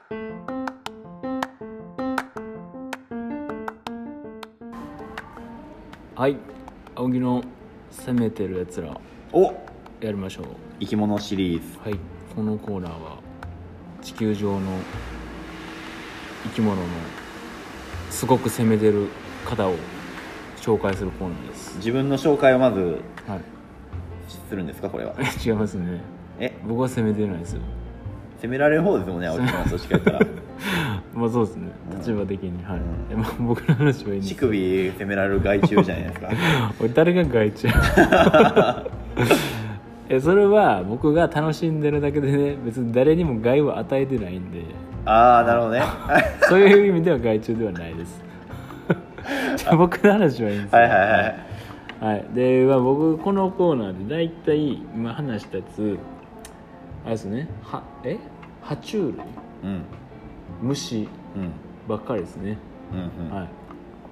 はい、青木の攻めてるやつらおやりましょう。 生き物シリーズ。 はい、このコーナーは地球上の生き物のすごく攻めてる方を紹介するコーナーです。 自分の紹介をまずはい、 するんですか、これは。 違いますね。僕は攻めてないですよ。 責められる方ですもんね、青木さんは。そっちか言ったらまあそうですね、立場的に、はい、まあ、僕の話はいいんです乳首責められる害虫じゃないですか俺誰が害虫それは僕が楽しんでるだけでね、別に誰にも害を与えてないんで。 ああ、なるほどねそういう意味では害虫ではないですじゃあ僕の話はいいんですよ。 はいはいはい、 はい、で、まあ、僕このコーナーでだいたい今話したやつあれですね、爬虫類、虫ばっかりですね。はい、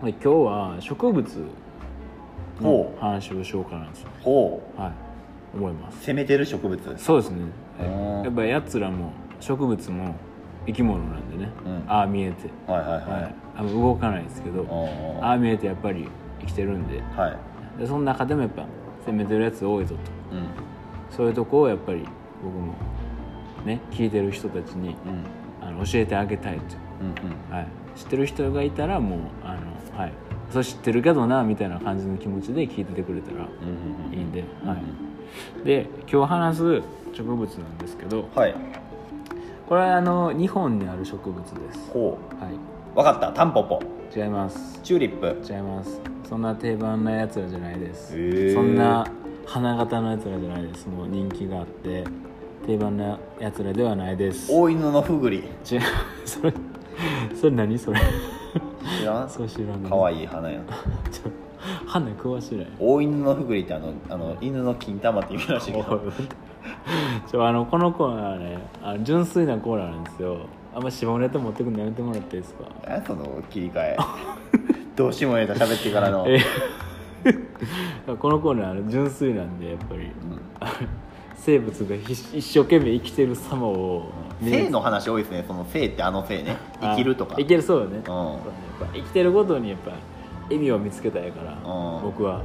で今日は植物の話をしようかなと、はい、思います。 攻めてる植物。 そうですね、はい、やっぱやつらも植物も生き物なんでね、ああ見えて、動かないですけど、ああ見えてやっぱり生きてるんで、でその中でもやっぱ攻めてるやつ多いぞと、そういうとこをやっぱり僕もね、聞いてる人たちに、教えてあげたいと、はい、知ってる人がいたらもうはい、そう知ってるけどなみたいな感じの気持ちで聞いててくれたらいいんで、はい、で今日話す植物なんですけど、はい、これは日本にある植物です。 ほう、はい、分かった。タンポポ。 違います。 チューリップ。 違います。そんな定番なやつらじゃないです。そんな花形のやつらじゃないです。もう人気があって定番なやつらではないです。 大犬のふぐり。 違うそれ何それ知らん。 そう知らん。 かわいい花や花詳しいね。 大犬のふぐりって犬の金玉って意味らしいけどこのコーナーはね、純粋なコーナーなんですよ。あんま下ネタ持ってくるのやめてもらっていいですか。 何その切り替えどうしようもねえと喋ってからのこのコーナーは純粋なんでやっぱり、生物が一生懸命生きてる様を、 生の話多いですね。その生って生ね、生きるとか生きる。そうだね、やっぱ生きてることにやっぱ意味を見つけたいから、僕は、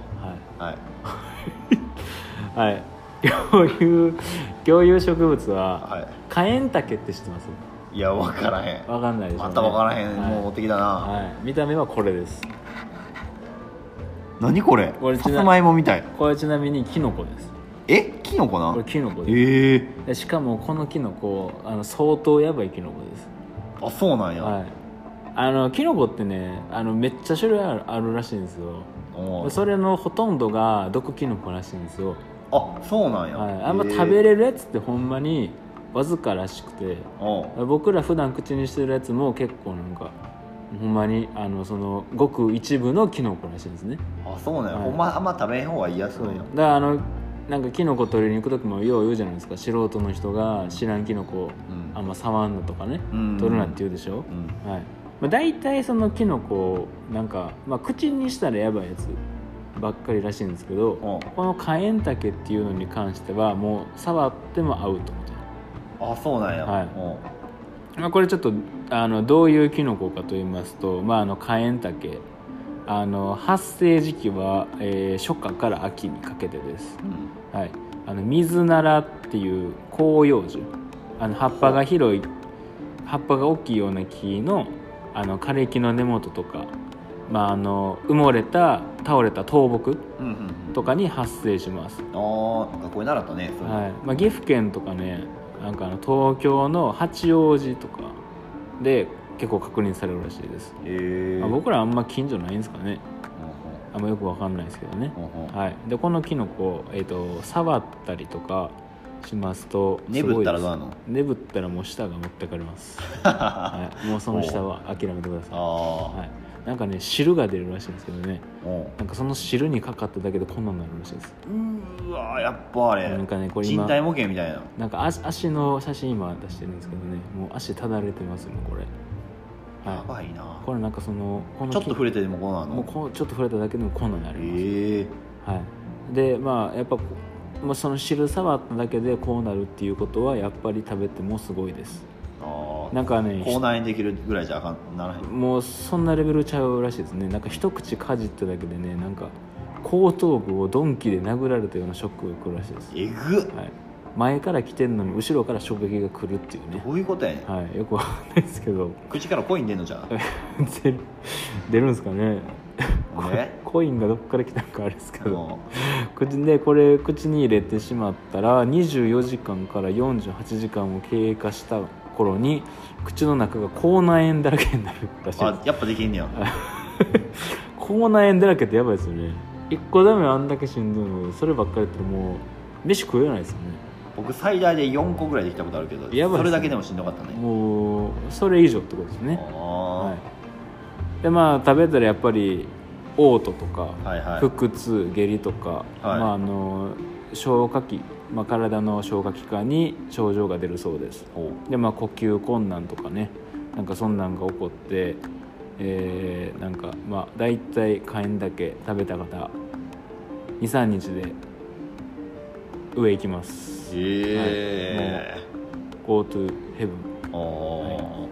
はいはい共有植物は、カエンタケって知ってます？ いや、分からへん。 分かんないでしょうね。 また分からへん、もう持ってきたな。 見た目はこれです。 何これ？さつまいもみたい。 これちなみにキノコです。 キノコな？ これキノコです。しかもこのキノコ相当やばいキノコです。 あ、そうなんや。 はい、キノコってねめっちゃ種類あるらしいんですよ。それのほとんどが毒キノコらしいんですよ。 あ、そうなんや。 あんま食べれるやつってほんまにわずからしくて、僕ら普段口にしてるやつも結構なんかほんまにそのごく一部のキノコらしいんですね。 あ、そうなんや。ほんまあんま食べへん方がいいやつなんや。 だからなんかキノコ取りに行く時もよう言うじゃないですか。素人の人が知らんキノコあんま触んのとかね、取るなって言うでしょ。はい、大体そのキノコなんか、口にしたらやばいやつばっかりらしいんですけど、このカエンタケっていうのに関してはもう触ってもアウトみたいな。 あ、そうなんや。 はい、これちょっとどういうキノコかと言いますと、カエンタケ発生時期は、初夏から秋にかけてです。はい、ミズナラっていう広葉樹、葉っぱが広い葉っぱが大きいような木の枯れ木の根元とか、埋もれた倒れた倒木とかに発生します。 学校に習ったね。 はい、岐阜県とかね、なんか東京の八王子とかで結構確認されるらしいです。僕らあんま近所ないんですかね。あんまよくわかんないですけどね。はい、でこのキノコ、触ったりとかしますと眠ったらどうなの？ 眠ったらもう舌が持ってかれます、はい、もうその舌は諦めてください。はい、なんかね汁が出るらしいんですけどね、なんかその汁にかかっただけでこんなになるらしいです。 うわ、やっぱあれなんかね、これ今人体模型みたいな。 なんか足の写真今出してるんですけどね、もう足ただれてますよこれ。 やばいな。 これなんかこのちょっと触れてでもこうなの？ もうちょっと触れただけでもこんなになります。はい、でやっぱその汁触っただけでこうなるっていうことはやっぱり食べてもすごいです。 なんかね口内炎できるぐらいじゃあかんならへん。 もうそんなレベルちゃうらしいですね。なんか一口かじっただけでね、なんか後頭部を鈍器で殴られたようなショックが来るらしいです。 えぐっ、 はい、前から来てんのに後ろから衝撃が来るっていうね。 どういうことやねん、 はい、よくわかんないですけど口からコイン出んのじゃん出るんですかねコインがどこから来たのかあれですけど、口でこれ口に入れてしまったら24時間から48時間を経過した頃に口の中が口内炎だらけになるらしいです。 あ、やっぱできんねや口内炎だらけってやばいですよね。一個ダメあんだけしんどいのでそればっかりやったらもう飯食えないですよね。 僕最大で4個ぐらいできたことあるけど、 やばいですね、 それだけでもしんどかったね。 もうそれ以上ってことですね。 はい、 でまあ食べたらやっぱり嘔吐とか、 はいはい、 腹痛下痢とか、 はい、 消化器、体の消化器官に症状が出るそうです。で呼吸困難とかね、なんかそんなんが起こって、なんかだいたい火炎だけ食べた方 2,3 日で上行きます。はい、もう Go to heaven、はい、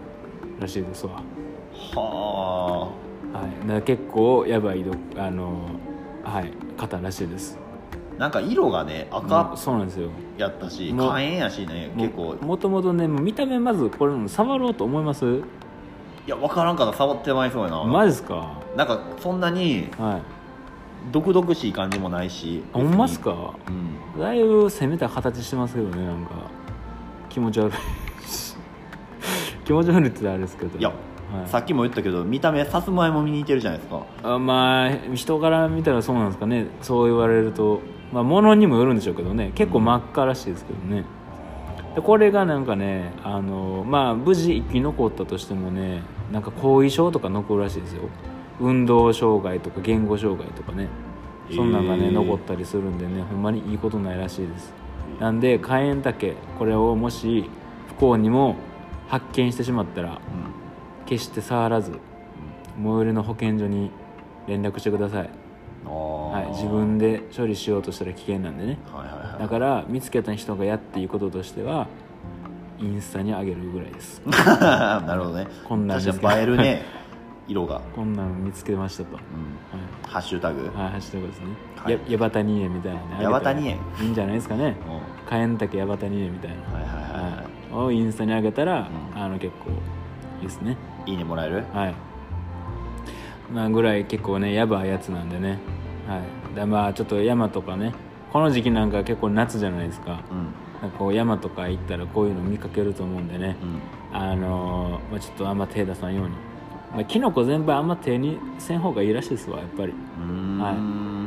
らしいですわ。 はあ、はい、だから結構やばいはい、方らしいです。 なんか色がね赤そうなんですよ、 やったし火炎やしね、結構もともとね見た目まずこれ触ろうと思います？ いや分からんから触ってまいそうやな。 マジですか？ なんかそんなに毒々しい感じもないし。 ほんまっすか？うん、だいぶ攻めた形してますけどね。なんか気持ち悪い気持ち悪いってあれですけど、 いや、はい、さっきも言ったけど見た目さつまいもに似てるじゃないですか。 人から見たらそうなんですかね。そう言われると物にもよるんでしょうけどね。結構真っ赤らしいですけどね。でこれがなんかね無事生き残ったとしてもね、なんか後遺症とか残るらしいですよ。運動障害とか言語障害とかね、そんなんがね残ったりするんでね、ほんまにいいことないらしいです。なんで火炎竹、これをもし不幸にも発見してしまったら、決して触らず最寄りの保健所に連絡してください。はい、自分で処理しようとしたら危険なんでね、だから見つけた人がやっていいこととしてはインスタに上げるぐらいですなるほどね。 こんなん確かに映えるね色がこんなん見つけましたと、 ハッシュタグ、 はい、ハッシュタグですね。ヤバタニエみたいなね、 ヤバタニエいいんじゃないですかね。火炎竹ヤバタニエみたいな、をインスタに上げたら、結構いいですね。 いいねもらえる。はい、 ぐらい結構ねヤバいやつなんでね。はい、でちょっと山とかね、この時期なんか結構夏じゃないですか。なんかこう山とか行ったらこういうの見かけると思うんでね、ちょっとあんま手出さんように、キノコ全般あんま手にせん方がいいらしいですわ、やっぱり。はい、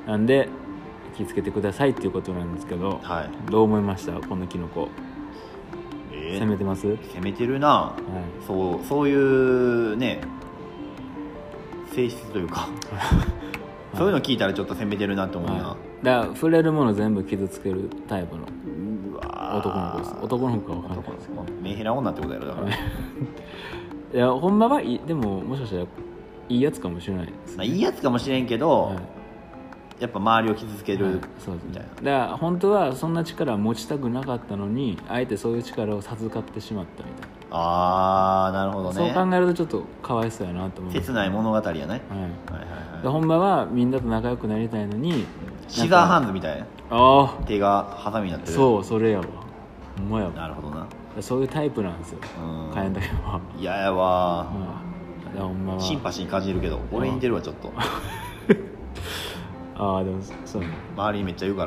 なんで気をつけてくださいっていうことなんですけど、どう思いましたこのキノコ？攻めてます？ 攻めてるな、そういうね性質というかそういうの聞いたらちょっと攻めてるなと思うな。 だから触れるもの全部傷つけるタイプの男の子です。男の子か分かんないですけど、 メンヘラ女ってことやろだからいやほんまはいい、でももしかしたらいいやつかもしれないですね。 いいやつかもしれんけど、やっぱ周りを傷つけるみたいな。 だから本当はそんな力は持ちたくなかったのに、あえてそういう力を授かってしまったみたいな。 なるほどね。 そう考えるとちょっとかわいそうやなと思う。 切ない物語やね。 ほんまはみんなと仲良くなりたいのに、 シザーハンズみたいな。手がハサミになってる。 そうそれやわ。ほんまやわ。 なるほどな。 そういうタイプなんですよ。火炎だけは。 嫌やわ。 ほんまはシンパシー感じるけど、俺に似てるわちょっと。 でもそうね。 周りにめっちゃ言うから。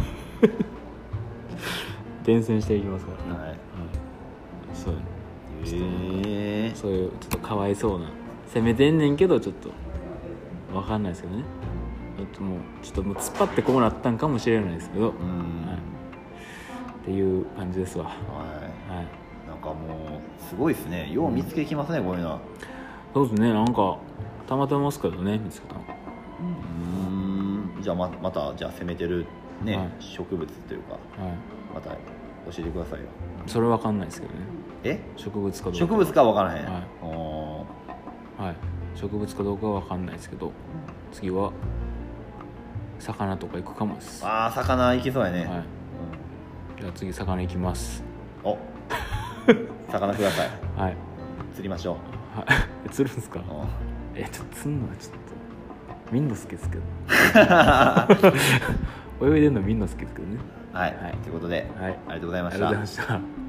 伝染していきますからね。そういうちょっとかわいそうな、攻めてんねんけどちょっと分かんないですけどね。ちょっともう突っ張ってこうなったんかもしれないですけど、っていう感じですわ。 なんかもうすごいですね。よう見つけきますね、こういうのは。 そうですね。なんかたまたまですけどね、見つけたの。 じゃあまたじゃあ攻めてるね、植物というか、また教えてくださいよ。 それ分かんないですけどね。植物かどうか。 植物か分からへん。 植物かどうかは分かんないですけど、次は魚とか行くかもです。 魚行きそうやね。 じゃあ次魚行きます。 魚ください。 はい、 釣りましょう。はい、釣るんですか。ちょっと釣るのはちょっとみんな好きですけど泳いでるのみんな好きですけどね。 はい、ということで、ありがとうございました。